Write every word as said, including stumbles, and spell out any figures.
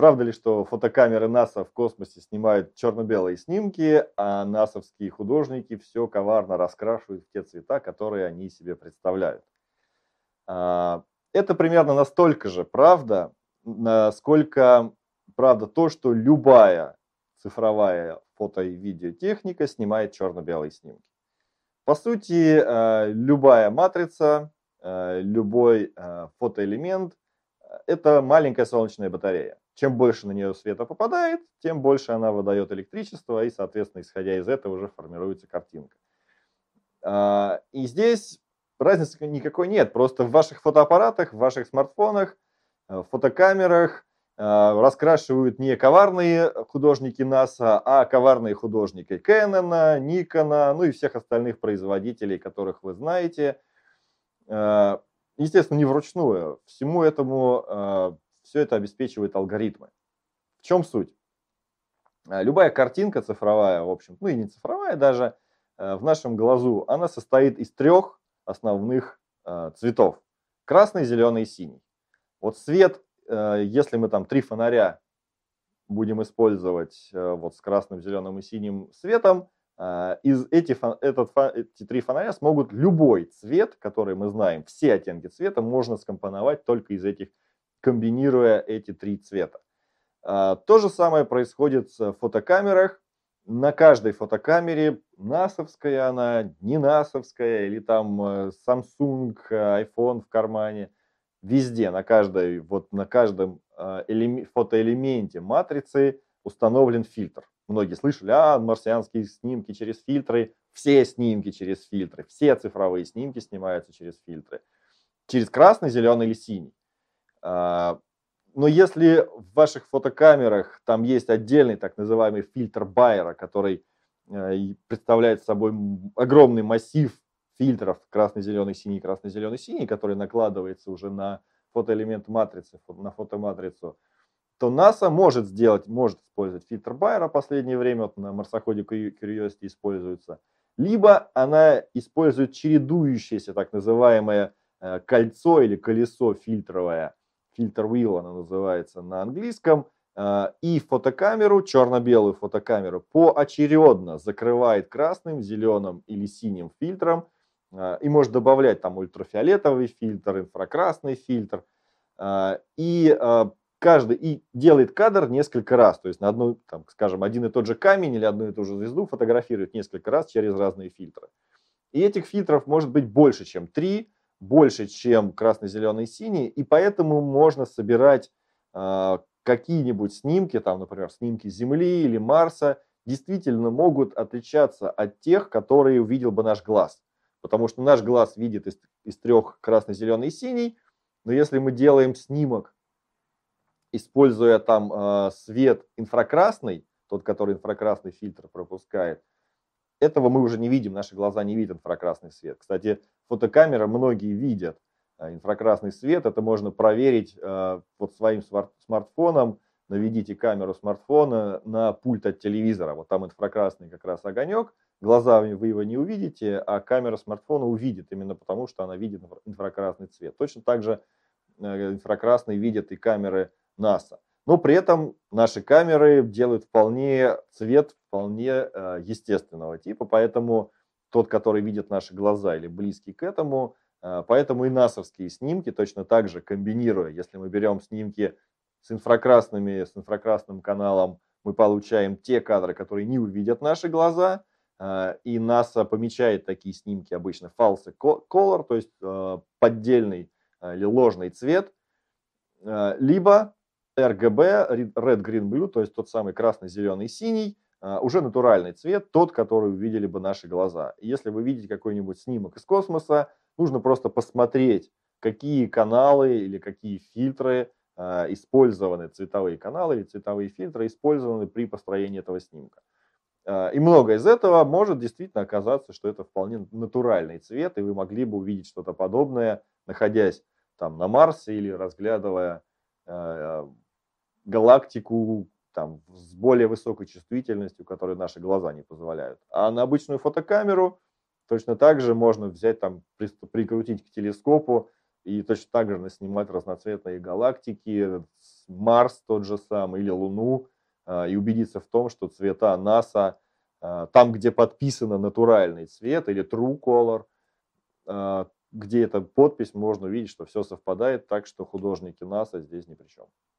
Правда ли, что фотокамеры НАСА в космосе снимают черно-белые снимки, а насовские художники все коварно раскрашивают в те цвета, которые они себе представляют? А, Это примерно настолько же правда, насколько правда то, что любая цифровая фото- и видеотехника снимает черно-белые снимки. По сути, э, любая матрица, э, любой э, фотоэлемент– э, это маленькая солнечная батарея. Чем больше на нее света попадает, тем больше она выдает электричество, и, соответственно, исходя из этого уже формируется картинка. А, И здесь разницы никакой нет. Просто в ваших фотоаппаратах, в ваших смартфонах, э, в фотокамерах э, раскрашивают не коварные художники НАСА, а коварные художники Кэнона, Никона, ну и всех остальных производителей, которых вы знаете. Э, Естественно, не вручную. Всему этому все это обеспечивает алгоритмы. В чем суть? Э, Любая картинка цифровая, в общем, ну и не цифровая даже, э, в нашем глазу, она состоит из трех основных э, цветов. Красный, зеленый и синий. Вот свет, э, если мы там три фонаря будем использовать э, вот с красным, зеленым и синим светом, э, из эти, фо- этот, фо- эти три фонаря смогут любой цвет, который мы знаем, все оттенки цвета можно скомпоновать только из этих, комбинируя эти три цвета. А, То же самое происходит в фотокамерах. На каждой фотокамере, насовская она, не насовская, или там э, Samsung, э, iPhone в кармане, везде, на каждой, вот на каждом э, элеме- фотоэлементе матрицы установлен фильтр. Многие слышали, а, марсианские снимки через фильтры, все снимки через фильтры, все цифровые снимки снимаются через фильтры. Через красный, зеленый или синий. А, Но если в ваших фотокамерах там есть отдельный так называемый фильтр Байера, который э, и представляет собой м- огромный массив фильтров красный, зеленый, синий, красный, зеленый, синий, который накладывается уже на фотоэлемент матрицы, фо- на фотоматрицу, то НАСА может сделать, может использовать фильтр Байера в последнее время, вот на марсоходе Curiosity используется, либо она использует чередующееся так называемое э, кольцо или колесо фильтровое, фильтр wheel она называется на английском, э, и фотокамеру, черно-белую фотокамеру, поочередно закрывает красным, зеленым или синим фильтром, э, и может добавлять там ультрафиолетовый фильтр, инфракрасный фильтр, э, и э, каждый и делает кадр несколько раз, то есть на одну, там, скажем, один и тот же камень или одну и ту же звезду фотографирует несколько раз через разные фильтры. И этих фильтров может быть больше, чем три, больше, чем красный, зеленый, синий, и поэтому можно собирать э, какие-нибудь снимки, там, например, снимки Земли или Марса, действительно могут отличаться от тех, которые увидел бы наш глаз. Потому что наш глаз видит из, из трех красный, зеленый и синий, но если мы делаем снимок, используя там э, свет инфракрасный, тот, который инфракрасный фильтр пропускает, этого мы уже не видим, наши глаза не видят инфракрасный свет. Кстати, фотокамера многие видят э, инфракрасный свет, это можно проверить э, вот своим смартфоном, наведите камеру смартфона на пульт от телевизора, вот там инфракрасный как раз огонек, глазами вы его не увидите, а камера смартфона увидит, именно потому что она видит инфракрасный цвет. Точно так же э, инфракрасный видят и камеры НАСА. Но при этом наши камеры делают вполне цвет вполне э, естественного типа, поэтому тот, который видит наши глаза или близкий к этому, э, поэтому и насовские снимки точно так же комбинируя, если мы берем снимки с инфракрасными, с инфракрасным каналом, мы получаем те кадры, которые не увидят наши глаза, э, и НАСА помечает такие снимки обычно false color, то есть э, поддельный э, или ложный цвет, э, либо эр джи би, Red, Green, Blue, то есть тот самый красный, зеленый, синий, уже натуральный цвет, тот, который увидели бы наши глаза. И если вы видите какой-нибудь снимок из космоса, нужно просто посмотреть, какие каналы или какие фильтры э, использованы, цветовые каналы или цветовые фильтры использованы при построении этого снимка. Э, и многое из этого может действительно оказаться, что это вполне натуральный цвет, и вы могли бы увидеть что-то подобное, находясь там на Марсе или разглядывая э, галактику там, с более высокой чувствительностью, которой наши глаза не позволяют. А на обычную фотокамеру точно так же можно взять, там, прикрутить к телескопу И точно так же снимать разноцветные галактики, Марс тот же самый или Луну, а, и убедиться в том, что цвета НАСА, а, там, где подписано натуральный цвет или True Color, а, где эта подпись, можно увидеть, что все совпадает, так что художники НАСА здесь ни при чем.